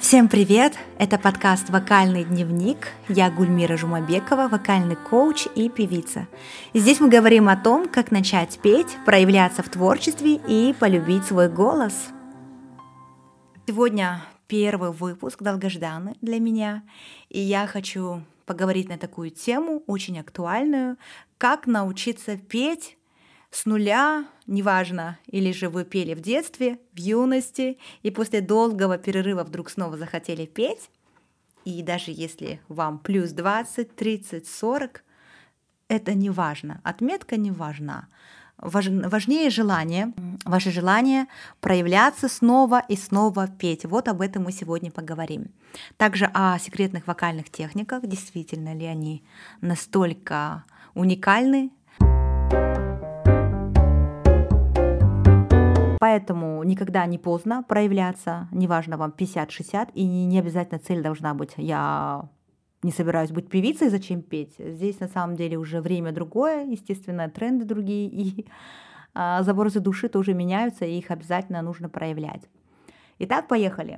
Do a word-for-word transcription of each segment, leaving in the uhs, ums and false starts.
Всем привет! Это подкаст «Вокальный дневник». Я Гульмира Жумабекова, вокальный коуч и певица. И здесь мы говорим о том, как начать петь, проявляться в творчестве и полюбить свой голос. Сегодня первый выпуск, долгожданный для меня, и я хочу поговорить на такую тему, очень актуальную, как научиться петь с нуля, неважно, или же вы пели в детстве, в юности, и после долгого перерыва вдруг снова захотели петь, и даже если вам плюс двадцать, тридцать, сорок, это не важно, отметка не важна. Важ, важнее желание, ваше желание проявляться снова и снова петь. Вот об этом мы сегодня поговорим. Также о секретных вокальных техниках, действительно ли они настолько уникальны. Поэтому никогда не поздно проявляться, неважно вам пятьдесят-шестьдесят, и не обязательно цель должна быть «я не собираюсь быть певицей, зачем петь?». Здесь на самом деле уже время другое, естественно, тренды другие, и а, запросы души тоже меняются, и их обязательно нужно проявлять. Итак, поехали.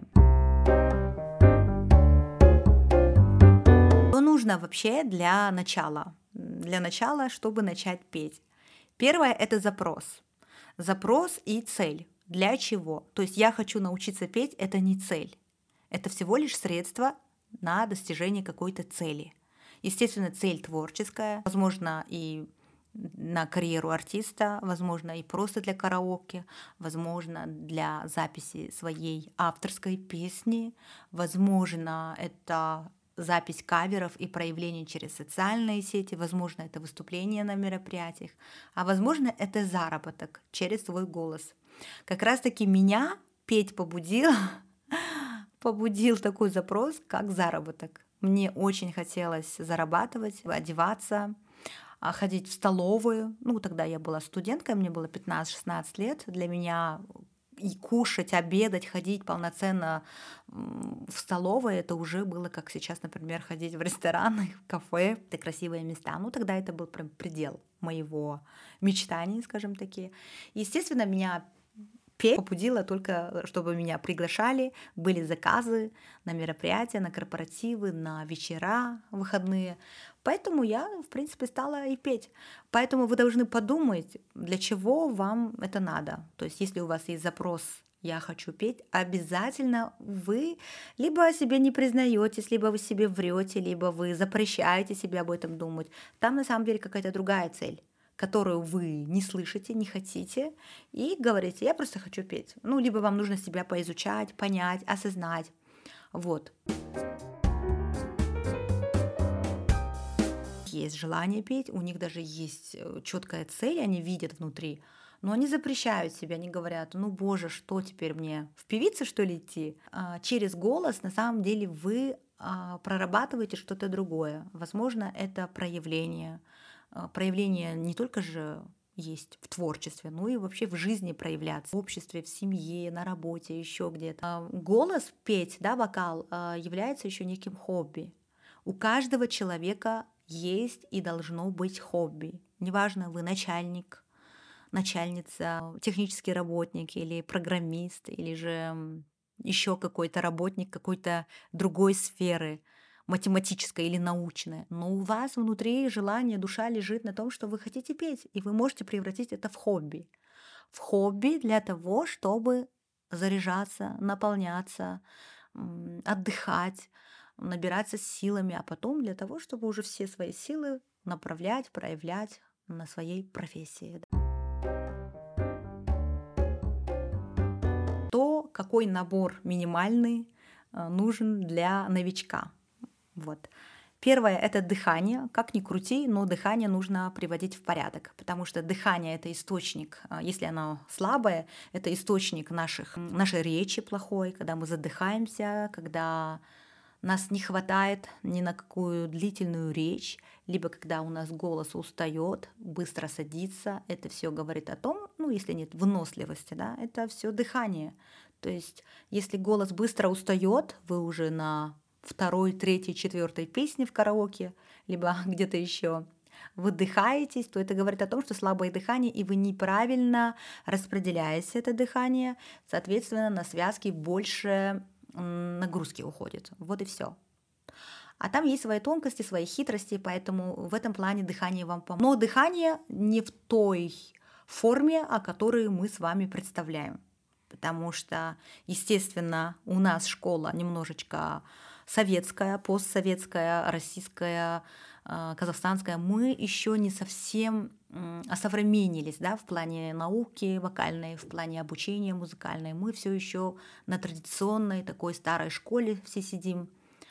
Что нужно вообще для начала? Для начала, чтобы начать петь. Первое – это запрос. Запрос и цель. Для чего? То есть я хочу научиться петь – это не цель. Это всего лишь средство на достижение какой-то цели. Естественно, цель творческая, возможно, и на карьеру артиста, возможно, и просто для караоке, возможно, для записи своей авторской песни, возможно, это запись каверов и проявление через социальные сети, возможно, это выступление на мероприятиях, а возможно, это заработок через свой голос. Как раз-таки меня петь побудил, побудил такой запрос, как заработок. Мне очень хотелось зарабатывать, одеваться, ходить в столовую. Ну, тогда я была студенткой, мне было пятнадцать-шестнадцать лет. Для меня и кушать, обедать, ходить полноценно в столовой, это уже было, как сейчас, например, ходить в рестораны, в кафе, это красивые места. Ну, тогда это был прям предел моего мечтаний, скажем таки. Естественно, меня петь побудило только, чтобы меня приглашали, были заказы на мероприятия, на корпоративы, на вечера выходные. Поэтому я, в принципе, стала и петь. Поэтому вы должны подумать, для чего вам это надо. То есть, если у вас есть запрос «я хочу петь», обязательно вы либо о себе не признаетесь, либо вы себе врете, либо вы запрещаете себе об этом думать. Там на самом деле какая-то другая цель, которую вы не слышите, не хотите, и говорите «я просто хочу петь». Ну, либо вам нужно себя поизучать, понять, осознать. Вот. Есть желание петь, у них даже есть четкая цель, они видят внутри, но они запрещают себя, они говорят: ну боже, что теперь мне, в певице что ли идти? А через голос на самом деле вы а, прорабатываете что-то другое. Возможно, это проявление. А, проявление не только же есть в творчестве, но и вообще в жизни проявляться, в обществе, в семье, на работе, еще где-то. А, голос, петь, да, вокал а, является еще неким хобби. У каждого человека есть и должно быть хобби. Неважно, вы начальник, начальница, технический работник или программист, или же еще какой-то работник какой-то другой сферы, математической или научной. Но у вас внутри желание, душа лежит на том, что вы хотите петь, и вы можете превратить это в хобби. В хобби для того, чтобы заряжаться, наполняться, отдыхать, набираться силами, а потом для того, чтобы уже все свои силы направлять, проявлять на своей профессии. То, какой набор минимальный нужен для новичка. Вот. Первое – это дыхание. Как ни крути, но дыхание нужно приводить в порядок, потому что дыхание – это источник, если оно слабое, это источник наших, нашей речи плохой, когда мы задыхаемся, когда нас не хватает ни на какую длительную речь, либо когда у нас голос устает, быстро садится. Это все говорит о том, ну, если нет выносливости, да, это все дыхание. То есть, если голос быстро устает, вы уже на второй, третьей, четвертой песне в караоке, либо где-то еще выдыхаетесь, то это говорит о том, что слабое дыхание, и вы неправильно распределяете это дыхание. Соответственно, на связке больше нагрузки уходит. Вот и все. А там есть свои тонкости, свои хитрости, поэтому в этом плане дыхание вам поможет. Но дыхание не в той форме, о которой мы с вами представляем. Потому что, естественно, у нас школа немножечко советская, постсоветская, российская, э, казахстанская. Мы еще не совсем м, осовременились, да, в плане науки вокальной, в плане обучения музыкальной. Мы все еще на традиционной такой старой школе все сидим.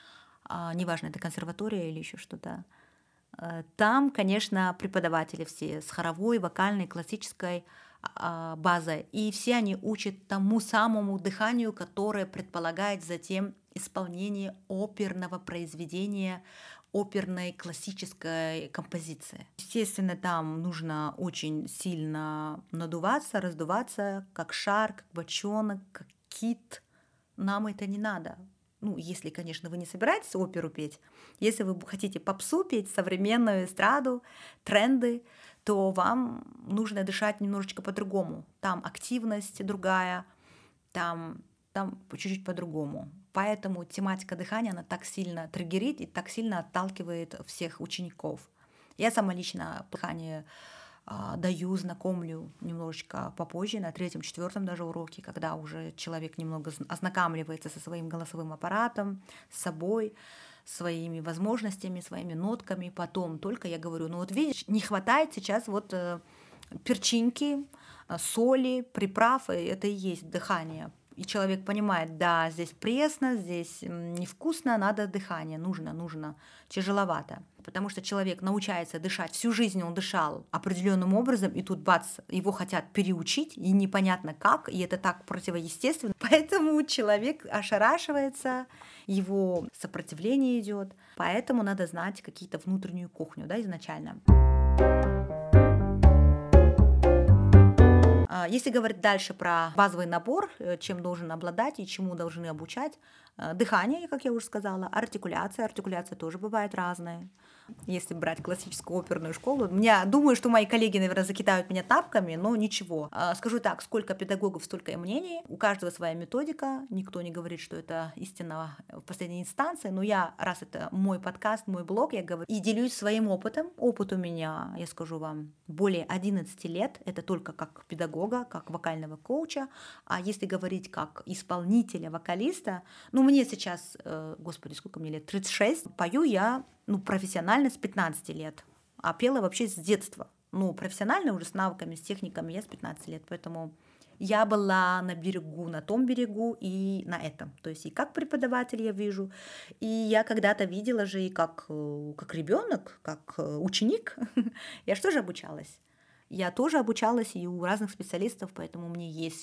А, неважно, это консерватория или еще что-то. Э, Там, конечно, преподаватели все с хоровой, вокальной, классической а, базой, и все они учат тому самому дыханию, которое предполагает затем исполнение оперного произведения, оперной классической композиции. Естественно, там нужно очень сильно надуваться, раздуваться, как шар, как бочонок, как кит. Нам это не надо. Ну, если, конечно, вы не собираетесь оперу петь, если вы хотите попсу петь, современную эстраду, тренды, то вам нужно дышать немножечко по-другому. Там активность другая, там, там чуть-чуть по-другому. Поэтому тематика дыхания, она так сильно триггерит и так сильно отталкивает всех учеников. Я сама лично дыхание а, даю, знакомлю немножечко попозже, на третьем, четвертом даже уроке, когда уже человек немного ознакомливается со своим голосовым аппаратом, с собой, своими возможностями, своими нотками. Потом только я говорю, ну вот видишь, не хватает сейчас вот э, перчинки, э, соли, приправ, и это и есть дыхание. И человек понимает, да, здесь пресно, здесь невкусно, надо дыхание, нужно, нужно, тяжеловато. Потому что человек научается дышать, всю жизнь он дышал определенным образом, и тут бац, его хотят переучить, и непонятно как, и это так противоестественно. Поэтому человек ошарашивается, его сопротивление идет. Поэтому надо знать какие-то внутреннюю кухню, да, изначально. Если говорить дальше про базовый набор, чем должен обладать и чему должны обучать, дыхание, как я уже сказала, артикуляция. Артикуляция тоже бывает разная. Если брать классическую оперную школу, меня, думаю, что мои коллеги, наверное, закидают меня тапками, но ничего. Скажу так, сколько педагогов, столько и мнений. У каждого своя методика. Никто не говорит, что это истина в последней инстанции. Но я, раз это мой подкаст, мой блог, я говорю и делюсь своим опытом. Опыт у меня, я скажу вам, более одиннадцать лет. Это только как педагога, как вокального коуча. А если говорить как исполнителя, вокалиста, ну, мне сейчас, господи, сколько мне лет, тридцать шесть, пою я ну, профессионально с пятнадцати лет, а пела вообще с детства. Ну, профессионально уже с навыками, с техниками я с пятнадцати лет, поэтому я была на берегу, на том берегу и на этом. То есть и как преподаватель я вижу, и я когда-то видела же и как, как ребенок, как ученик, я же тоже обучалась. Я тоже обучалась и у разных специалистов, поэтому мне есть.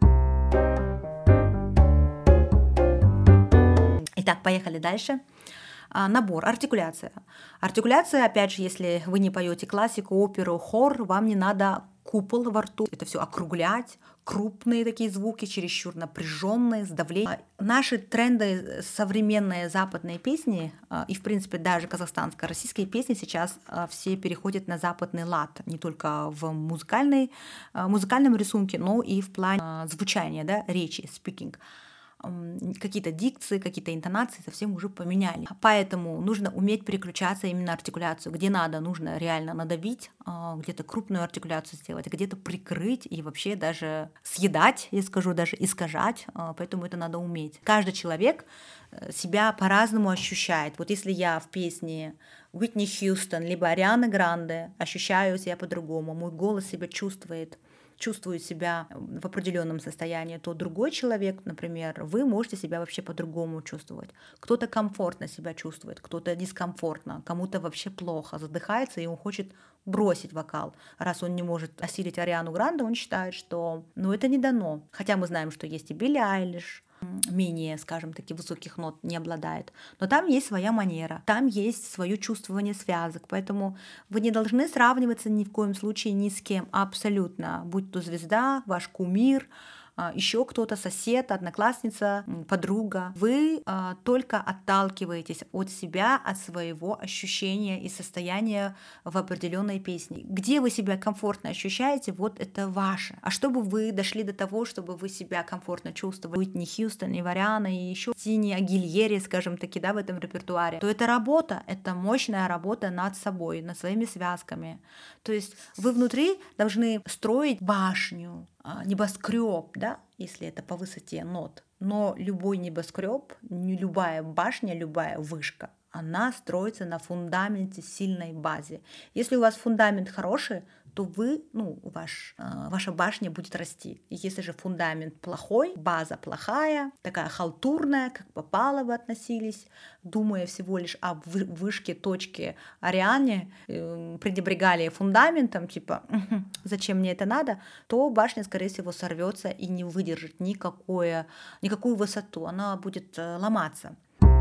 Итак, поехали дальше. Набор, артикуляция. Артикуляция, опять же, если вы не поете классику, оперу, хор, вам не надо купол во рту. Это все округлять, крупные такие звуки, чересчур напряженные, с давлением. Наши тренды, современные западные песни, и, в принципе, даже казахстанско-российские песни сейчас все переходят на западный лад, не только в музыкальной, музыкальном рисунке, но и в плане звучания, да, речи, speaking. Какие-то дикции, какие-то интонации совсем уже поменяли. Поэтому нужно уметь переключаться именно на артикуляцию. Где надо, нужно реально надавить, где-то крупную артикуляцию сделать, где-то прикрыть и вообще даже съедать, я скажу, даже искажать. Поэтому это надо уметь. Каждый человек себя по-разному ощущает. Вот если я в песне Уитни Хьюстон либо Арианы Гранде ощущаю себя по-другому, мой голос себя чувствует, чувствую себя в определенном состоянии, то другой человек, например, вы можете себя вообще по-другому чувствовать. Кто-то комфортно себя чувствует, кто-то дискомфортно, кому-то вообще плохо, задыхается, и он хочет бросить вокал. Раз он не может осилить Ариану Гранде, он считает, что ну, это не дано. Хотя мы знаем, что есть и Билли Айлиш, менее, скажем, таких высоких нот не обладает. Но там есть своя манера, там есть свое чувствование связок, поэтому вы не должны сравниваться ни в коем случае ни с кем абсолютно, будь то звезда, ваш кумир, еще кто-то, сосед, одноклассница, подруга. Вы а, только отталкиваетесь от себя, от своего ощущения и состояния в определенной песне. Где вы себя комфортно ощущаете, вот это ваше. А чтобы вы дошли до того, чтобы вы себя комфортно чувствовали, Уитни Хьюстон, и Вариана, и еще Тини Агильери, скажем таки, да, в этом репертуаре, то это работа, это мощная работа над собой, над своими связками. То есть вы внутри должны строить башню, небоскреб, да, если это по высоте нот. Но любой небоскреб, любая башня, любая вышка, она строится на фундаменте, сильной базе. Если у вас фундамент хороший, то вы, ну, ваш, э, ваша башня будет расти. И если же фундамент плохой, база плохая, такая халтурная, как попало вы относились, думая всего лишь о вышке, точке, Ариане, э, пренебрегали фундаментом, типа, зачем мне это надо, то башня, скорее всего, сорвется и не выдержит никакое, никакую высоту, она будет э, ломаться.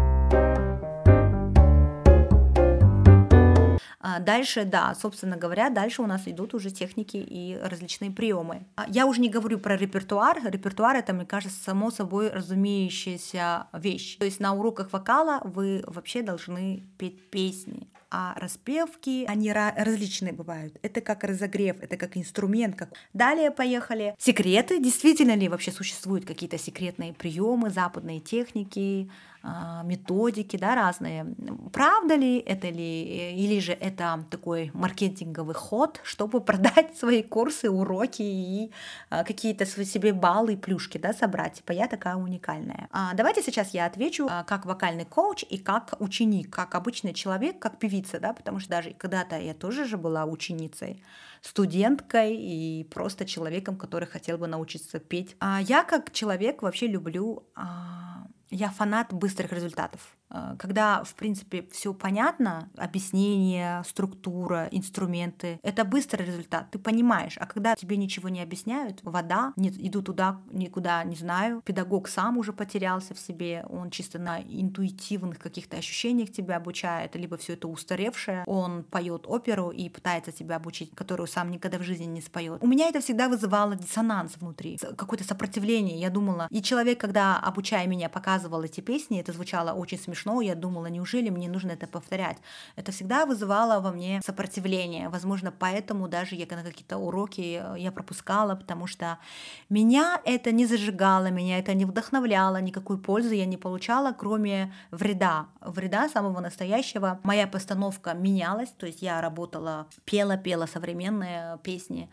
Дальше, да, собственно говоря, дальше у нас идут уже техники и различные приемы. Я уже не говорю про репертуар. Репертуар — это, мне кажется, само собой разумеющаяся вещь. То есть на уроках вокала вы вообще должны петь песни. А распевки, они различные бывают. Это как разогрев, это как инструмент. Как... Далее поехали. Секреты. Действительно ли вообще существуют какие-то секретные приемы, западные техники, методики, да, разные. Правда ли это ли, или же это такой маркетинговый ход, чтобы продать свои курсы, уроки и какие-то себе баллы, плюшки, да, собрать. Типа я такая уникальная. А давайте сейчас я отвечу как вокальный коуч и как ученик, как обычный человек, как певица, да, потому что даже когда-то я тоже же была ученицей, студенткой и просто человеком, который хотел бы научиться петь. А я как человек вообще люблю... Я фанат быстрых результатов. Когда, в принципе, все понятно, объяснение, структура, инструменты, это быстрый результат, ты понимаешь. А когда тебе ничего не объясняют, вода, нет, иду туда, никуда не знаю, педагог сам уже потерялся в себе, он чисто на интуитивных каких-то ощущениях тебя обучает, либо все это устаревшее, он поет оперу и пытается тебя обучить, которую сам никогда в жизни не споет. У меня это всегда вызывало диссонанс внутри, какое-то сопротивление. Я думала, и человек, когда, обучая меня, показывал эти песни, это звучало очень смешно, я думала, неужели мне нужно это повторять? Это всегда вызывало во мне сопротивление. Возможно, поэтому даже я на какие-то уроки я пропускала, потому что меня это не зажигало, меня это не вдохновляло, никакой пользы я не получала, кроме вреда. Вреда самого настоящего. Моя постановка менялась, то есть я работала, пела, пела современные песни,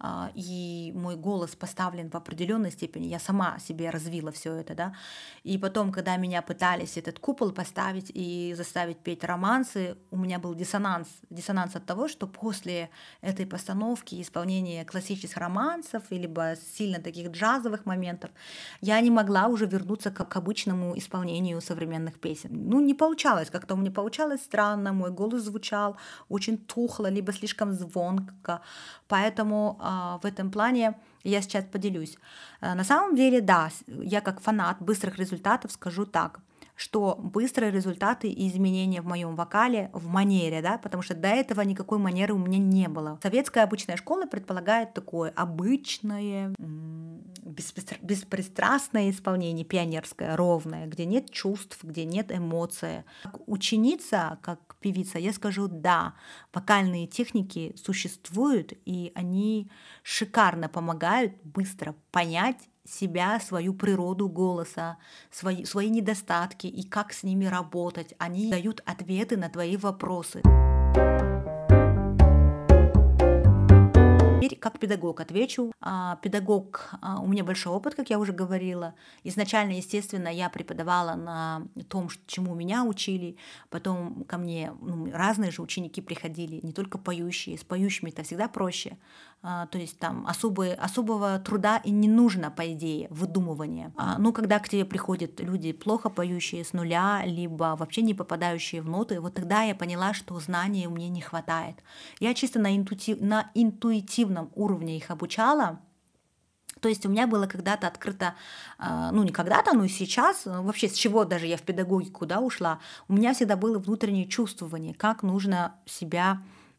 и мой голос поставлен в определенной степени, я сама себе развила все это, да, и потом, когда меня пытались этот купол поставить и заставить петь романсы, у меня был диссонанс, диссонанс от того, что после этой постановки, исполнения классических романсов, либо сильно таких джазовых моментов, я не могла уже вернуться к, к обычному исполнению современных песен. Ну, не получалось, как-то у меня получалось странно, мой голос звучал очень тухло, либо слишком звонко, поэтому в этом плане я сейчас поделюсь. На самом деле, да, я как фанат быстрых результатов скажу так, что быстрые результаты и изменения в моем вокале, в манере, да, потому что до этого никакой манеры у меня не было. Советская обычная школа предполагает такое обычное, беспристрастное исполнение, пионерское, ровное, где нет чувств, где нет эмоций. Как ученица, как певица, я скажу, да, вокальные техники существуют, и они шикарно помогают быстро понять себя, свою природу голоса, свои, свои недостатки и как с ними работать. Они дают ответы на твои вопросы. Теперь как педагог отвечу. А, педагог, а, у меня большой опыт, как я уже говорила. Изначально, естественно, я преподавала на том, чему меня учили. Потом ко мне ну, разные же ученики приходили, не только поющие. С поющими это всегда проще. А, то есть там особые, особого труда и не нужно, по идее, выдумывания. А, ну, когда к тебе приходят люди плохо поющие с нуля, либо вообще не попадающие в ноты, вот тогда я поняла, что знаний у меня не хватает. Я чисто на, интуитив, на интуитивном уровне их обучала. То есть у меня было когда-то открыто, ну не когда-то, но и сейчас, вообще с чего даже я в педагогику да, ушла, у меня всегда было внутреннее чувствование, как нужно себя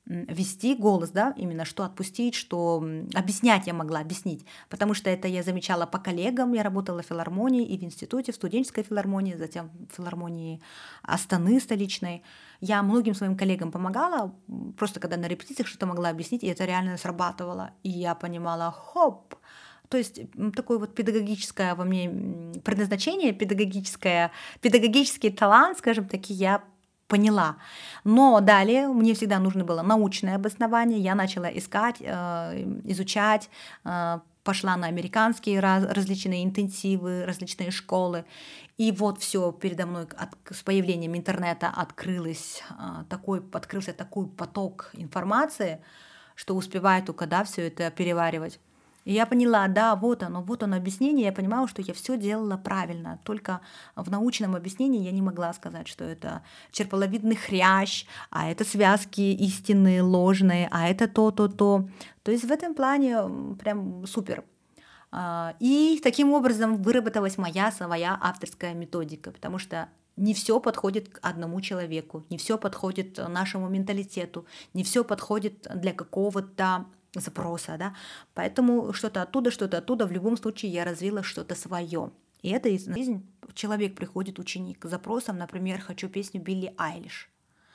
м, вести голос, да, именно что отпустить, что м, объяснять я могла, объяснить. Потому что это я замечала по коллегам, я работала в филармонии и в институте, в студенческой филармонии, затем в филармонии Астаны столичной. Я многим своим коллегам помогала, м, просто когда на репетициях что-то могла объяснить, и это реально срабатывало. И я понимала, хоп, то есть м, такое вот педагогическое во мне м, предназначение, педагогическое, педагогический талант, скажем так, я поняла. Но далее мне всегда нужно было научное обоснование. Я начала искать, э, изучать, э, пошла на американские раз- различные интенсивы, различные школы. И вот все передо мной от- с появлением интернета открылось, а, такой, открылся такой поток информации, что успеваю только да, все это переваривать. И я поняла, да, вот оно, вот оно объяснение. Я понимала, что я все делала правильно. Только в научном объяснении я не могла сказать, что это черполовидный хрящ, а это связки истинные, ложные, а это то, то, то. То есть в этом плане м, прям супер. А, И таким образом выработалась моя своя авторская методика, потому что не все подходит к одному человеку, не все подходит нашему менталитету, не все подходит для какого-то запроса, да. Поэтому что-то оттуда, что-то оттуда, в любом случае я развила что-то свое. И это из жизнь. Человек приходит, ученик, с запросом, например, хочу песню Билли Айлиш.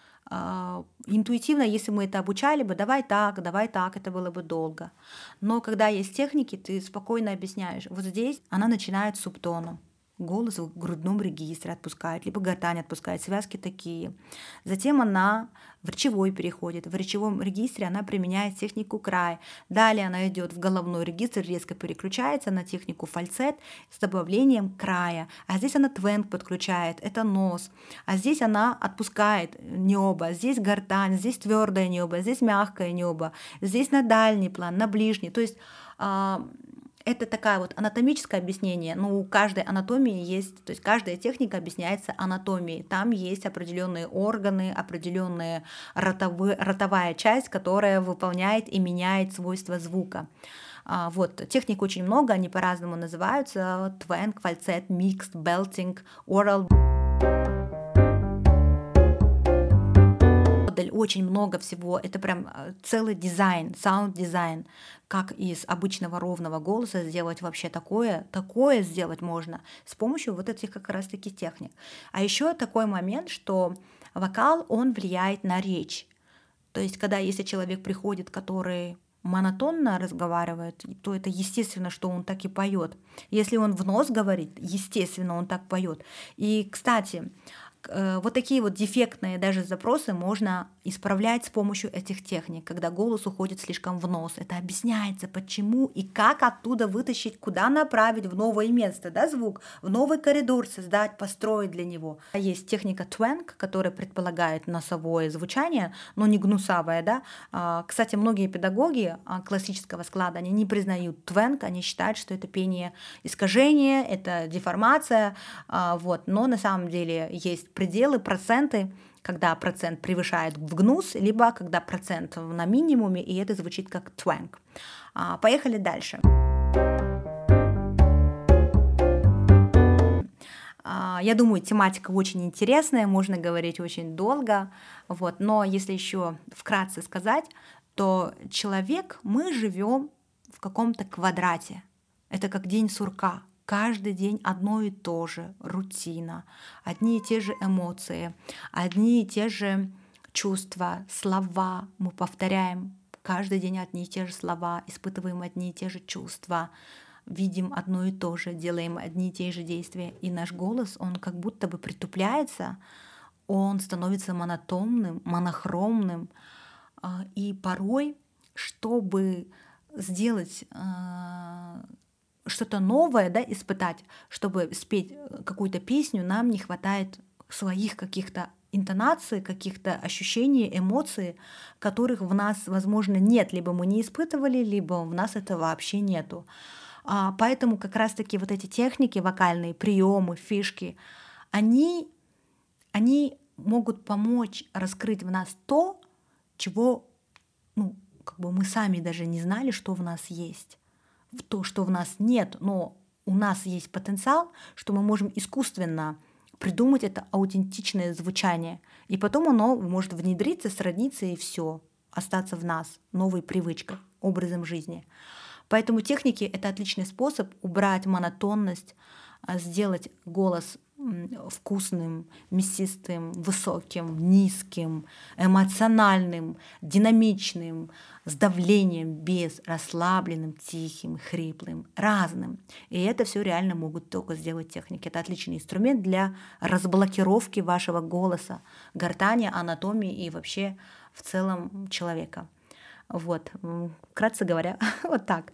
А, Интуитивно, если мы это обучали бы, давай так, давай так, это было бы долго. Но когда есть техники, ты спокойно объясняешь. Вот здесь она начинает с субтоном. Голос в грудном регистре отпускает, либо гортань отпускает, связки такие. Затем она в речевой переходит. В речевом регистре она применяет технику край. Далее она идет в головной регистр, резко переключается на технику фальцет с добавлением края. А здесь она твенг подключает, это нос. А здесь она отпускает небо, здесь гортань, здесь твердое небо, здесь мягкое небо, здесь на дальний план, на ближний. То есть а, это такая вот анатомическое объяснение, но у каждой анатомии есть, то есть каждая техника объясняется анатомией. Там есть определенные органы, определенная ротовы, ротовая часть, которая выполняет и меняет свойства звука. А, вот, техник очень много, они по-разному называются: твенг, фальцет, микс, белтинг, орал. Очень много всего. Это прям э, целый дизайн, саунд-дизайн. Как из обычного ровного голоса сделать вообще такое, такое сделать можно с помощью вот этих как раз-таки техник. А еще такой момент, что вокал, он влияет на речь. То есть, когда если человек приходит, который монотонно разговаривает, то это естественно, что он так и поет. Если он в нос говорит, естественно, он так поет. И, кстати, к- э, вот такие вот дефектные даже запросы можно исправлять с помощью этих техник, когда голос уходит слишком в нос. Это объясняется, почему и как оттуда вытащить, куда направить в новое место, да, звук, в новый коридор создать, построить для него. Есть техника твенг, которая предполагает носовое звучание, но не гнусавое, да. А, Кстати, многие педагоги а, классического склада, они не признают твенг, они считают, что это пение искажение, это деформация, а, вот. Но на самом деле есть пределы, проценты, когда процент превышает в гнус, либо когда процент на минимуме, и это звучит как твенг. А, Поехали дальше. А, Я думаю, тематика очень интересная, можно говорить очень долго, вот. Но если еще вкратце сказать, то человек, мы живем в каком-то квадрате. Это как день сурка. Каждый день одно и то же, рутина, одни и те же эмоции, одни и те же чувства, слова. Мы повторяем каждый день одни и те же слова, испытываем одни и те же чувства, видим одно и то же, делаем одни и те же действия, и наш голос, он как будто бы притупляется, он становится монотонным, монохромным, а, и порой, чтобы сделать а, что-то новое, да, испытать, чтобы спеть э, какую-то песню, нам не хватает своих каких-то интонаций, каких-то ощущений, эмоций, которых в нас, возможно, нет, либо мы не испытывали, либо в нас это вообще нету. А, Поэтому как раз-таки вот эти техники вокальные, приемы, фишки, они, они могут помочь раскрыть в нас то, чего, ну, как бы мы сами даже не знали, что в нас есть. В То, что в нас нет, но у нас есть потенциал, что мы можем искусственно придумать это аутентичное звучание. И потом оно может внедриться, сродниться и все. остаться в нас, новой привычкой, образом жизни. Поэтому техники — это отличный способ убрать монотонность, а, сделать голос м, вкусным, мясистым, высоким, низким, эмоциональным, динамичным, с давлением, без, расслабленным, тихим, хриплым, разным. И это все реально могут только сделать техники. Это отличный инструмент для разблокировки вашего голоса, гортани, анатомии и вообще в целом человека. Вот, м, вкратце говоря, вот так.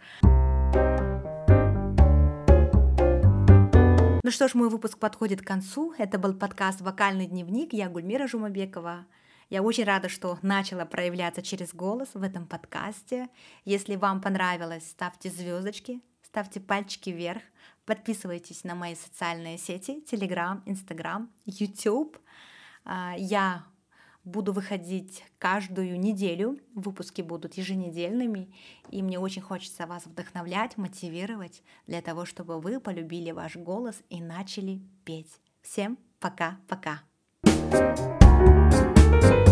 Ну что ж, мой выпуск подходит к концу. Это был подкаст «Вокальный дневник». Я Гульмира Жумабекова. Я очень рада, что начала проявляться через голос в этом подкасте. Если вам понравилось, ставьте звездочки, ставьте пальчики вверх, подписывайтесь на мои социальные сети: Telegram, Instagram, YouTube. А, Я буду выходить каждую неделю, выпуски будут еженедельными, и мне очень хочется вас вдохновлять, мотивировать для того, чтобы вы полюбили ваш голос и начали петь. Всем пока-пока!